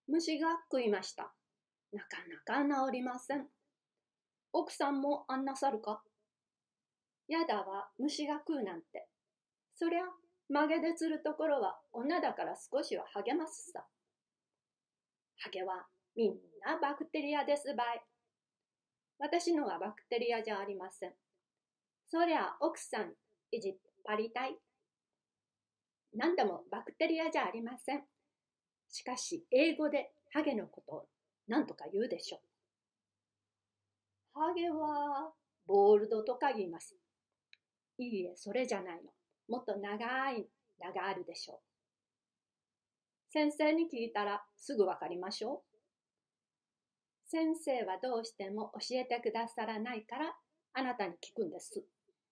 虫が食いました。なかなか治りません。奥さんもあんなさるか？やだわ、虫が食うなんて。そりゃ、曲げで釣るところは女だから少しは励ますさ。ハゲはみんなバクテリアですばい。私のはバクテリアじゃありません。そりゃ奥さんいじっぱりたい。何でもバクテリアじゃありません。しかし英語でハゲのことを何とか言うでしょう。ハゲはボールドとか言います。いいえ、それじゃないの。もっと長い名があるでしょう。先生に聞いたらすぐわかりましょう。先生はどうしても教えてくださらないからあなたに聞くんです。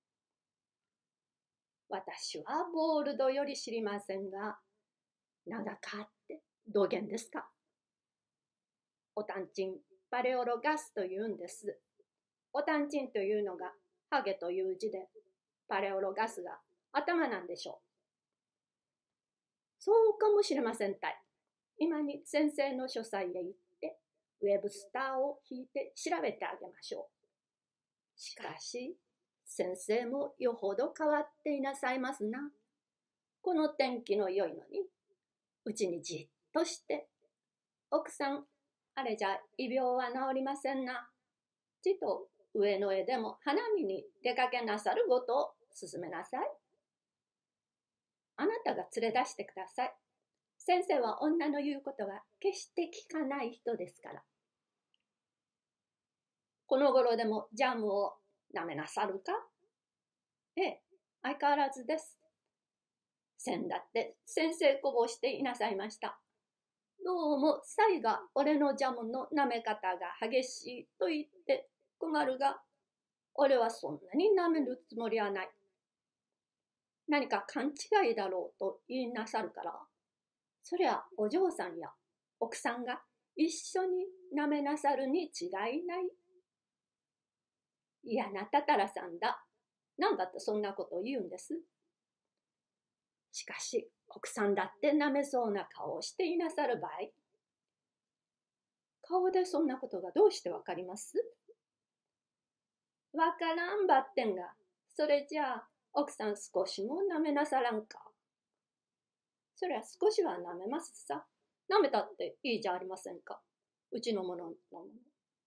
私はボールドより知りませんが、長かってどげんですか？おたんちんパレオロガスというんです。おたんちんというのがハゲという字で、パレオロガスが頭なんでしょう。そうかもしれませんたい。今に先生の書斎へ行ってウェブスターを引いて調べてあげましょう。しかし先生もよほど変わっていなさいますな。この天気の良いのにうちにじっとして、奥さんあれじゃ胃病は治りませんな。ちと上野へでも花見に出かけなさることを勧めなさい。あなたが連れ出してください。先生は女の言うことは決して聞かない人ですから。この頃でもジャムを舐めなさるか？ええ、相変わらずです。先だって先生こぼしていなさいました。どうもサイが俺のジャムの舐め方が激しいと言って困るが、俺はそんなに舐めるつもりはない。何か勘違いだろうと言いなさるから、そりゃお嬢さんや奥さんが一緒に舐めなさるに違いない。嫌なたたらさんだ。なんだってそんなことを言うんです。しかし奥さんだって舐めそうな顔をしていなさる場合、顔でそんなことがどうしてわかります？わからんばってんが、それじゃあ奥さん少しも舐めなさらんか？そりゃ少しは舐めますさ。舐めたっていいじゃありませんか。うちのものなのに。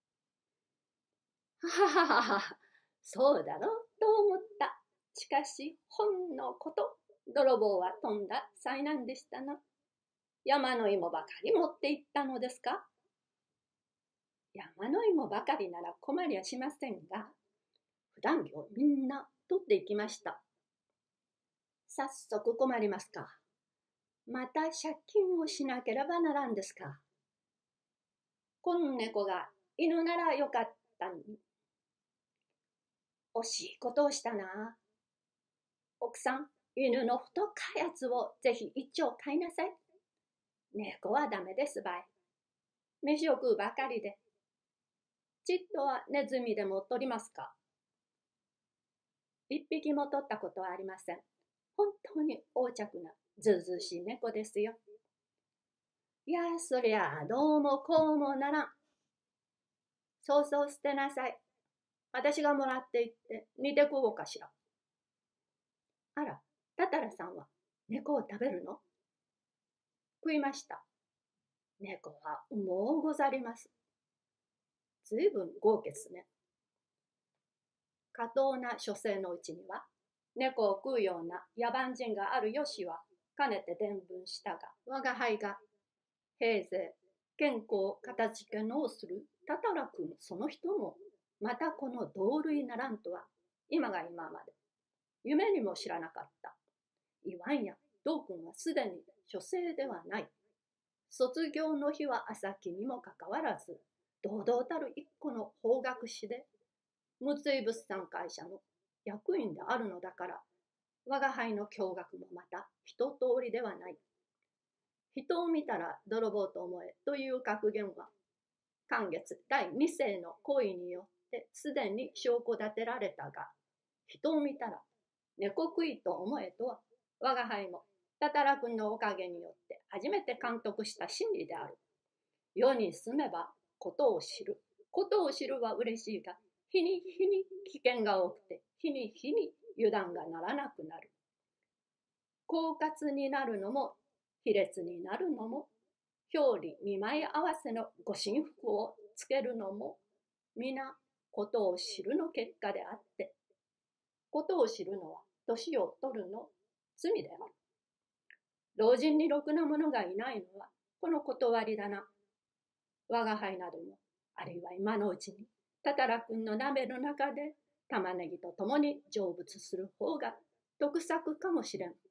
ははははは、そうだろうと思った。しかしほんのこと、泥棒は飛んだ災難でしたな。山の芋ばかり持って行ったのですか？山の芋ばかりなら困りはしませんが、普段着をみんな取っていきました。早速困りますか。また借金をしなければならんですか。この猫が犬ならよかったのに。惜しいことをしたな。奥さん、犬の太かいやつをぜひ一丁買いなさい。猫はダメですばい。飯を食うばかりで。ちっとはネズミでも取りますか？一匹も取ったことはありません。本当に横着なずうずうしい猫ですよ。いや、そりゃどうもこうもならん。そうそう捨てなさい。私がもらっていって煮て食おうかしら。あら、タタラさんは猫を食べるの？食いました。猫はもうござります。ずいぶん豪傑ね。過当な書生のうちには、猫を食うような野蛮人があるよしは、かねて伝聞したが、我が輩が、平勢、健康片付けのをするタタラ君その人も、またこの同類ならんとは、今が今まで、夢にも知らなかった。いわんや、道君はすでに書生ではない。卒業の日は朝木にもかかわらず、堂々たる一個の法学士で、六井物産会社の役員であるのだから、我が輩の驚愕もまた一通りではない。人を見たら泥棒と思えという格言は、寛月第二世の行為によってすでに証拠立てられたが、人を見たら猫食いと思えとは、我が輩もタタラ君のおかげによって初めて監督した真理である。 世に住めばことを知る。ことを知るは嬉しいが、日に日に危険が多くて、日に日に油断がならなくなる。狡猾になるのも、卑劣になるのも、表裏二枚合わせのご神服をつけるのも、皆ことを知るの結果であって、ことを知るのは年を取るの罪である。老人にろくな者がいないのはこの断りだな。我が輩なども、あるいは今のうちに、たたらくんの鍋の中で玉ねぎと共に成仏する方が得策かもしれん。